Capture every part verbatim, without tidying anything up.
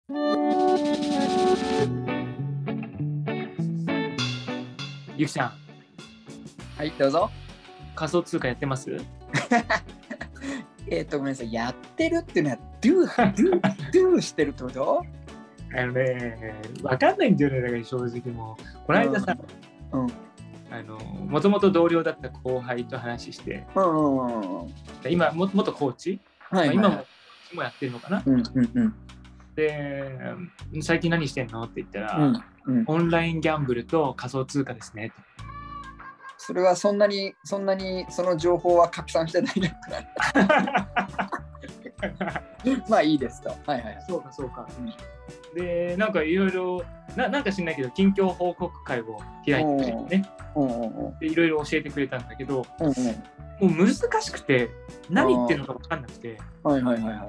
ゆきさん、 はい、どうぞ。 仮想通貨やってます？ えっと、ごめんなさい。やってるっていうのは、do, do, do してるってこと？ あのね、わかんないんだよね、だから正直もう。この間さ、 うん。 あの、もともと同僚だった後輩と話して、 うんうんうん。 今、も元コーチ、 はいはいはい、 まあ、今も、もやってるのかな、 うんうんうん。 で、最近何してんのって言ったら、 うんうん、 オンラインギャンブルと仮想通貨ですね。 それはそんなに、そんなにその情報は拡散してないのかな。まあいいですと。はいはいはい。 そうかそうか。うん、で、なんかいろいろ、なんか知んないけど、近況報告会を開いてくれてね。で、いろいろ教えてくれたんだけど、うんうん、もう難しくて、何言ってるのか分かんなくて。 はいはいはいはい。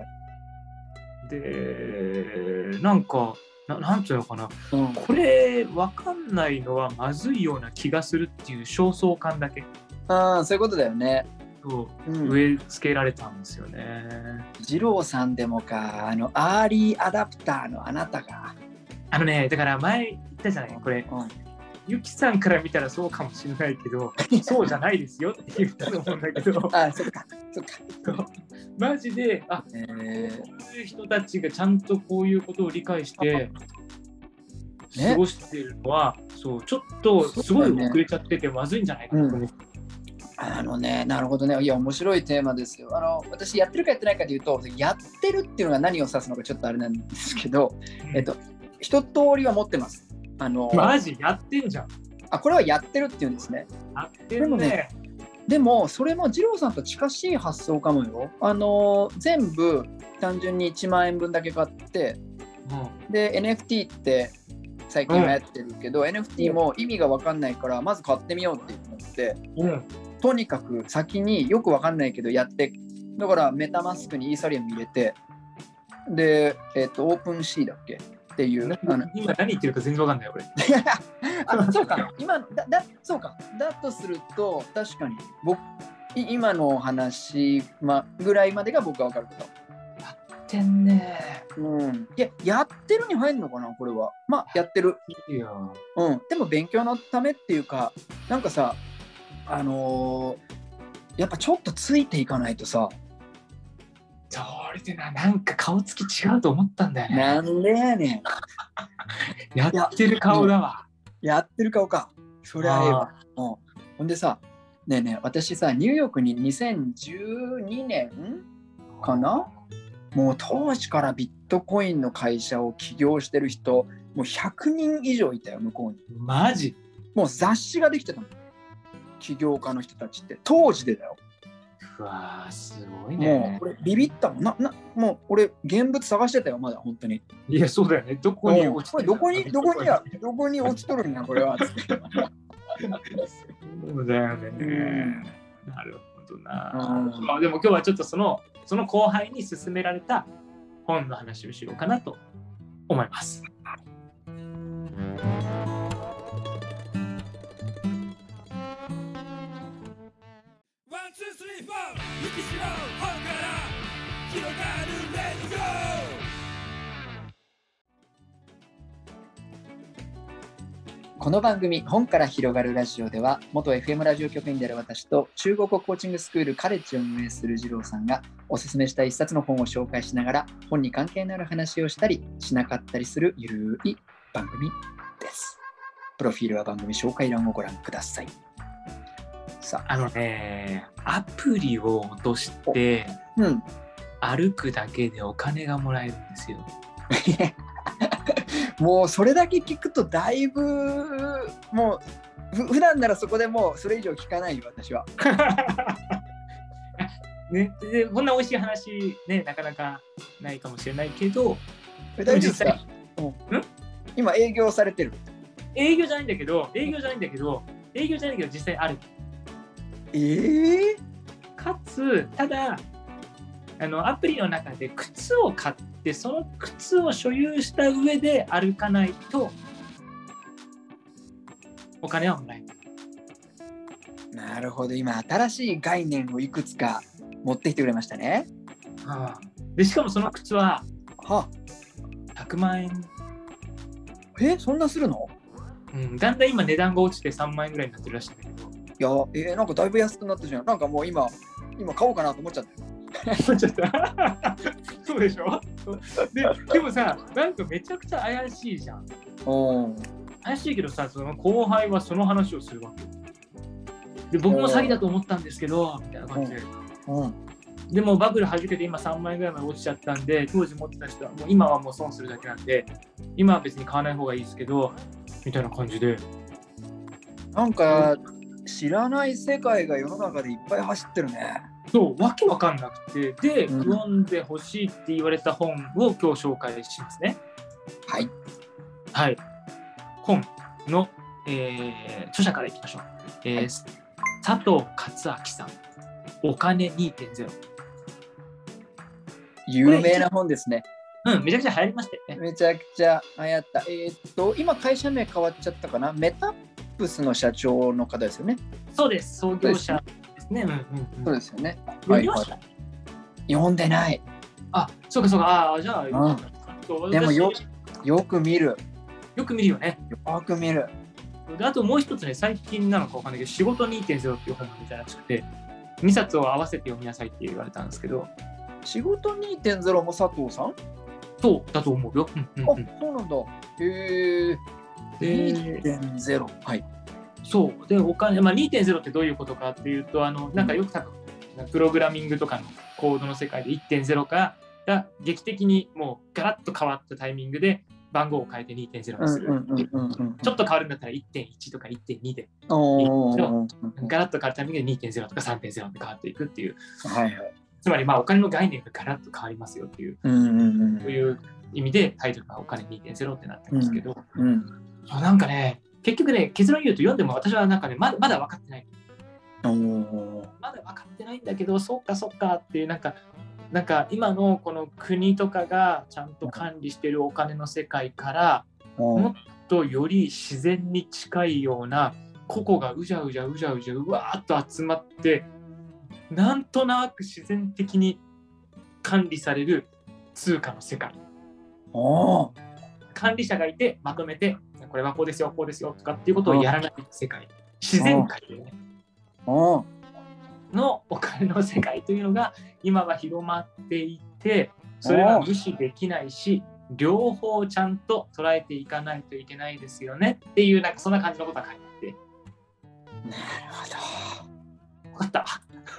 で、なんか、ななんていうのかな、 うん、 これ分かんないのはまずいような気がするっていう焦燥感だけ。 ああ、そういうことだよね。 そう、うん、植え付けられたんですよね。 二郎さんでもか、あのアーリーアダプターのあなたが。 あのね、だから前言ったじゃない、これ。うん、ゆきさんから見たらそうかもしれないけど、そうじゃないですよって言ったと思うんだけど。 あ、そっか、そっか。 マジで、あ、えー、こういう人たちがちゃんとこういうことを理解して過ごしているのは、ね、そうちょっとすごい遅れちゃっててまずいんじゃないかなと思って。 あのね、なるほどね。いや、面白いテーマですよ。あの、私、やってるかやってないかでいうと、やってるっていうのが何を指すのかちょっとあれなんですけど、うん、えっと、一通りは持ってます。あの、 マジやってんじゃん。 あ、これはやってるっていうんですね。 やってるね。 でも、それも二郎さんと近しい発想かもよ。あの、全部単純にいちまんえんぶんだけ買って、うん、で、エヌエフティー って最近流行ってるけど、うん、エヌエフティー も意味が分かんないから、まず買ってみようって思って、うんとにかく先によくわかんないけどやって、だからメタマスクにイーサリアム入れて、で、えっと、オープンシーだっけっていう。 今何言ってるか全然わかんない俺。 あ、そうか、今だ、だ、そうか、だとすると、確かに僕、今の話、ま、ぐらいまでが僕はわかるけど。 やってんね。 うん。いや、やってるに入るのかな、これは。まあ、やってる。 いいよ。 うん。でも勉強のためっていうか、なんかさ、あのー、やっぱちょっとついていかないとさ。 それでな、なんか顔つき違うと思ったんだよね。 なんでやねん。やってる顔だわ。 やってる顔か。そりゃええわ。うん。ほんでさ、ねえねえ、私さ、ニューヨークににせんじゅうにねんかな？もう当時からビットコインの会社を起業してる人、もうひゃくにん以上いたよ、向こうに。 マジ？ もう雑誌ができてたの。起業家の人たちって当時でだよ。 うわー、すごいね。 もう俺ビビったもんな。なもう俺現物探してたよ、まだ本当に。 いや、そうだよね。どこに落ちてるどこにどこにやどこに落ちとるんやこれは。 そうだよね。なるほどな。まあでも今日はちょっとそのその後輩に勧められた本の話をしようかなと思います。 この番組本から広がるラジオでは、元 エフエム ラジオ局員である私と中国語コーチングスクールカレッジを運営する二郎さんがおすすめした一冊の本を紹介しながら、本に関係のある話をしたりしなかったりするゆるい番組です。プロフィールは番組紹介欄をご覧ください。 さあ、あのね、アプリを落として、うん、歩くだけでお金がもらえるんですよ。 もうそれだけ聞くとだいぶもうふ普段ならそこでもうそれ以上聞かないよ私は。 ね、でこんな美味しい話ねなかなかないかもしれないけど、 大丈夫ですか？うん、今営業されてる？ 営業じゃないんだけど営業じゃないんだけど営業じゃないけど実際ある。 えー、 かつただあのアプリの中で靴を買ってその靴を所有した上で歩かないとお金はもらえない。 なるほど、今新しい概念をいくつか持ってきてくれましたね。 はあ、でしかもその靴は、はあ、 くまんえん。 え、そんなするの？ うん、だんだん今値段が落ちてさんまんえんぐらいになってるらしいんだけど。いや、えー、なんかだいぶ安くなったじゃん。なんかもう今、今買おうかなと思っちゃった。 思っちゃったそうでしょ。で、でもさ、なんかめちゃくちゃ怪しいじゃん。 うん。 怪しいけどさ、その後輩はその話をするわけよ。で、僕も詐欺だと思ったんですけど、みたいな感じで。 うん。 でもバブル弾けて今さんまんえんぐらいまで落ちちゃったんで、当時持ってた人はもう今はもう損するだけなんで、今は別に買わない方がいいですけど、みたいな感じで。 なんか知らない世界が世の中でいっぱい走ってるね。 そう、わけわかんなくて、で、 うん、 読んでほしいって言われた本を今日紹介しますね。 はい。 はい。本の、えー、著者からいきましょう。えーはい、佐藤勝明さん、お金 にてんゼロ。 有名な本ですね。 うん、めちゃくちゃ流行りましたよね。 めちゃくちゃ流行った。えー、っと、今会社名変わっちゃったかな。メタップスの社長の方ですよね。 そうです、創業者ですね。うんうんうん、 そうですよね。 読みました？はいはい、 読んでない。 あ、そうかそうか。ああ、じゃあ、 うん、でもよ、よく見る。 よく見るよね。 よく見る。 で、あともう一つね、最近なのかわかんないけど、仕事 にてんゼロ っていう本が出たらしくて、にさつを合わせて読みなさいって言われたんですけど。 仕事 にてんゼロ も佐藤さん？ そうだと思うよ。うんうんうん、 あ、そうなんだ。へえ。にてんゼロ。はい。 そうで、お金、まあ、にてんゼロ ってどういうことかっていうと、あのなんかよく多分プログラミングとかのコードの世界で いってんゼロ が劇的にもうガラッと変わったタイミングで番号を変えて にてんゼロ にする。ちょっと変わるんだったら いってんいち とか いってんに で、ガラッと変わるタイミングで にてんゼロ とか さんてんゼロ って変わっていくっていう。 はいはい、 つまりまあお金の概念がガラッと変わりますよっていう、 うんうんうん、 そういう意味でタイトルがお金 にてんゼロ ってなってますけど、 うんうん、 そうなんかね、結局ね、結論言うと読んでも私はなんかね、まだまだ分かってない。 おまだ分かってないんだけど、そっかそっかっていう、なんか、なんか今のこの国とかがちゃんと管理しているお金の世界から、もっとより自然に近いような個々がうじゃうじゃうじゃうじゃうわーっと集まって、なんとなく自然的に管理される通貨の世界。 お管理者がいてまとめて、これはこうですよ、こうですよとかっていうことをやらない世界。自然界でね。のお金の世界というのが今は広まっていて、それは無視できないし、両方ちゃんと捉えていかないといけないですよねっていう、なんかそんな感じのことが書いてあって。 なるほど。 分かった。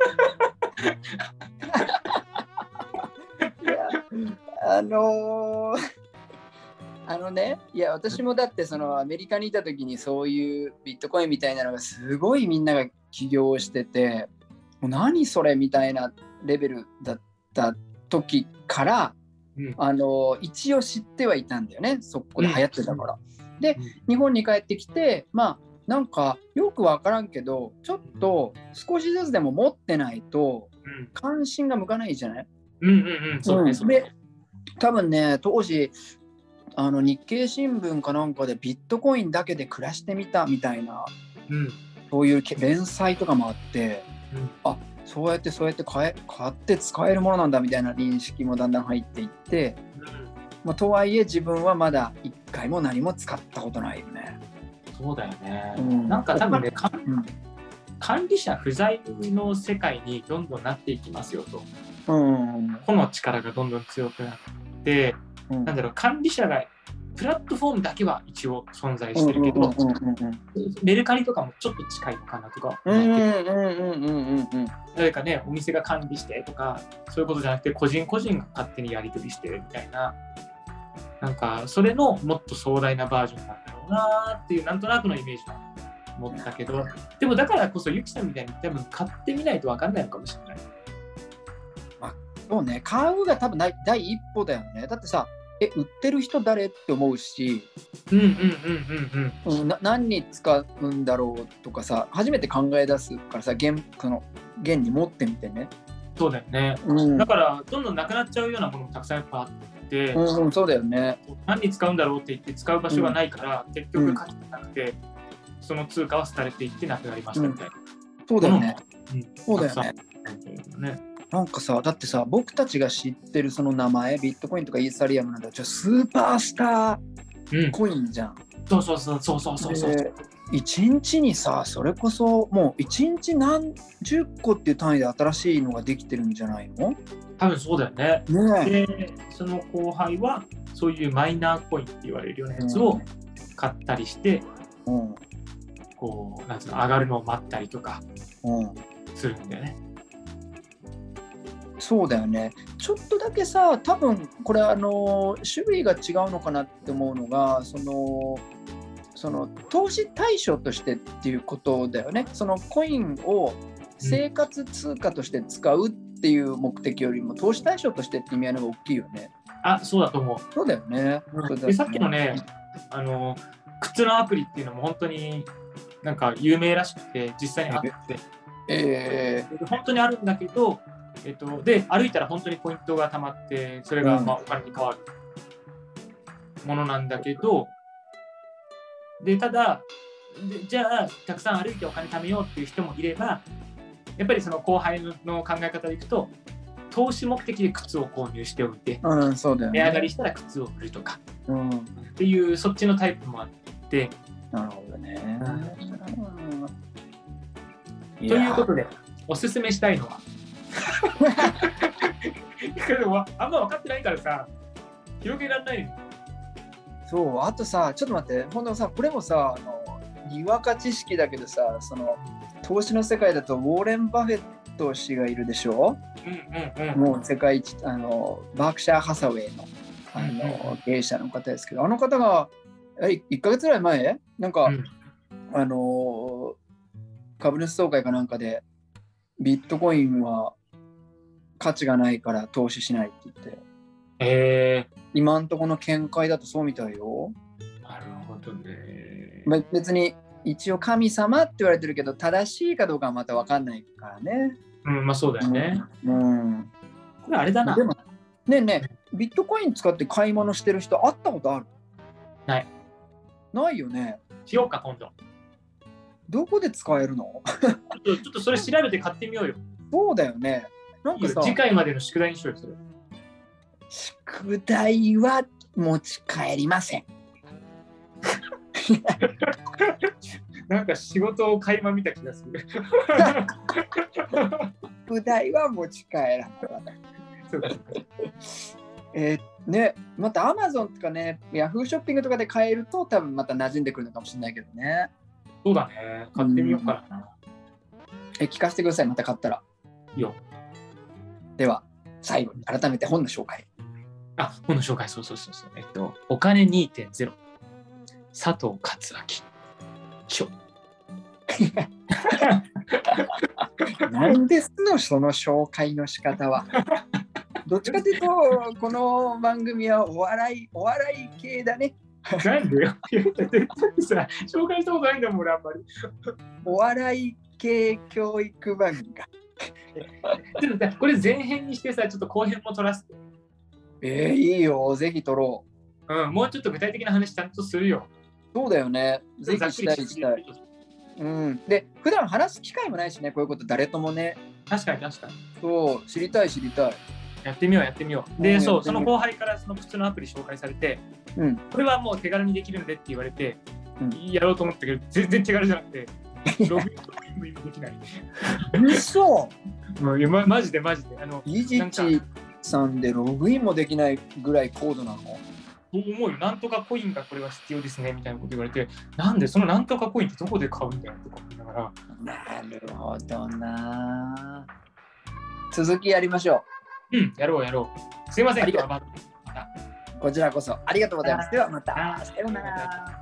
いや、あのー、あのね、いや私もだってそのアメリカにいた時にそういうビットコインみたいなのがすごいみんなが起業してて、もう何それみたいなレベルだった時から、うん、あの一応知ってはいたんだよね、そこで流行ってたから、うん、で、うん、日本に帰ってきて、まあなんかよく分からんけどちょっと少しずつでも持ってないと関心が向かないじゃない。 うんうんうん、そうです。 で多分ね、当時あの日経新聞かなんかでビットコインだけで暮らしてみたみたいな、うん、そういう連載とかもあって、うん、あ、そうやってそうやって買え買って使えるものなんだみたいな認識もだんだん入っていって、うん、まあ、とはいえ自分はまだ一回も何も使ったことないよね。 そうだよね、うん、なんか多分ね、うん、管理者不在の世界にどんどんなっていきますよと、うん、個の力がどんどん強くなって、うん、なんだろう、管理者がプラットフォームだけは一応存在してるけど、メルカリとかもちょっと近いのかなとか、誰かね、お店が管理してとかそういうことじゃなくて、個人個人が勝手にやり取りしてるみたいな、なんかそれのもっと壮大なバージョンなんだろうなっていう、なんとなくのイメージは持ったけど、でもだからこそゆきさんみたいに多分買ってみないと分かんないのかもしれない。 あ、そうね、買うが多分第一歩だよね。だってさ、え、売ってる人誰って思うし、 うんうんうんうんうん、 な何に使うんだろうとかさ、初めて考え出すからさ、現その現に持ってみてね。 そうだよね、うん、だからどんどんなくなっちゃうようなものもたくさんやっぱあって、 うんうん、そうだよね。 何に使うんだろうって言って使う場所がないから、うん、結局価値がなくて、うん、その通貨は廃れていってなくなりましたみたいな、 うん、そうだよね、 うん、 そうだよね。 ね、 なんかさ、だってさ、僕たちが知ってるその名前、ビットコインとかイーサリアムなんだちょスーパースターコインじゃん。 うん、そうそうそうそうそうそう。 一日にさ、それこそもう一日何十個っていう単位で新しいのができてるんじゃないの？ 多分そうだよね。 ねで、その後輩はそういうマイナーコインって言われるようなやつを買ったりして、うん、こうなんつうの上がるのを待ったりとかするんだよね。 うん、そうだよね。ちょっとだけさ、多分これあの種類が違うのかなって思うのが、そのその投資対象としてっていうことだよね。そのコインを生活通貨として使うっていう目的よりも、投資対象としてって意味合いの方が大きいよね。 あ、そうだと思う。 そうだよね。 うん、でさっきのね、あの靴のアプリっていうのも本当になんか有名らしくて、実際にあって、 えー、 本当にあるんだけど、えっと、で歩いたら本当にポイントがたまって、それがまあお金に変わるものなんだけど、でただでじゃあたくさん歩いてお金貯めようっていう人もいれば、やっぱりその後輩の考え方でいくと、投資目的で靴を購入しておいて、 うん、そうだよね、 値上がりしたら靴を売るとか、 うん、 っていうそっちのタイプもあって。 なるほどね、 うん、ということでおすすめしたいのはでもあんま分かってないからさ広げられないよ。 そう、あとさ、ちょっと待って、ほんとさ、これもさ、あのにわか知識だけどさ、その投資の世界だとウォーレン・バフェット氏がいるでしょ。うんうんうん、もう世界一、あのバークシャー・ハサウェイの、あの経営者の方ですけど、あの方がいっかげつぐらい前、なんか、うん、あの株主総会かなんかで、ビットコインは価値がないから投資しないって言って、 えー、 今んとこの見解だとそうみたいよ。 なるほどね。 別に一応神様って言われてるけど、正しいかどうかはまた分かんないからね。 うん、まあそうだよね。 うん。うん、 これあれだな。 でもねえねえ、ビットコイン使って買い物してる人会ったことある？ ない。 ないよね。 しようか、今度。 どこで使えるの？ ちょっと、ちょっとそれ調べて買ってみようよ。 そうだよね。なんかさ、 いい次回までの宿題にしようよ、それ。 宿題は持ち帰りません。 なんか仕事を垣間見た気がする。 宿題は持ち帰らない。 そうか。 えー、ね、また Amazon とかね、Yahoo ショッピングとかで買えると多分また馴染んでくるのかもしれないけどね。 そうだね。買ってみようかな。 え、聞かせてください、また買ったら。 いいよ。では、最後に改めて本の紹介。 あ、本の紹介、そうそうそうそう。えっと、お金 にてんゼロ。佐藤勝明。書。 なんですの、その紹介の仕方は。どっちかというと、この番組はお笑い、お笑い系だね。 なんでよ。さ、紹介したことないんだもん、俺あんまり。 お笑い系教育番組か。 ちょっとこれ前編にしてさ、ちょっと後編も撮らせて。 えー、いいよ、ぜひ撮ろう。うん、もうちょっと具体的な話ちゃんとするよ。 そうだよね。ぜひしたいしたい。うん。で、普段話す機会もないしね、こういうこと誰ともね。 確かに確かに。 そう、知りたい知りたい。 やってみようやってみよう。で、うん、そう、その後輩からその靴のアプリ紹介されて、うん、これはもう手軽にできるんでって言われて、うん、やろうと思ったけど、全然手軽じゃなくて、ログインも今できない。 嘘もうまマジでマジで。あのイジチさんでログインもできないぐらい高度なの？ そう思うよ。なんとかコインがこれは必要ですねみたいなこと言われて、なんでそのなんとかコインってどこで買うんだよとか思いながら。 なるほどな。続きやりましょう。うん、やろうやろう。すいません、今日はまた。 こちらこそありがとうございます。ではまた。さようなら。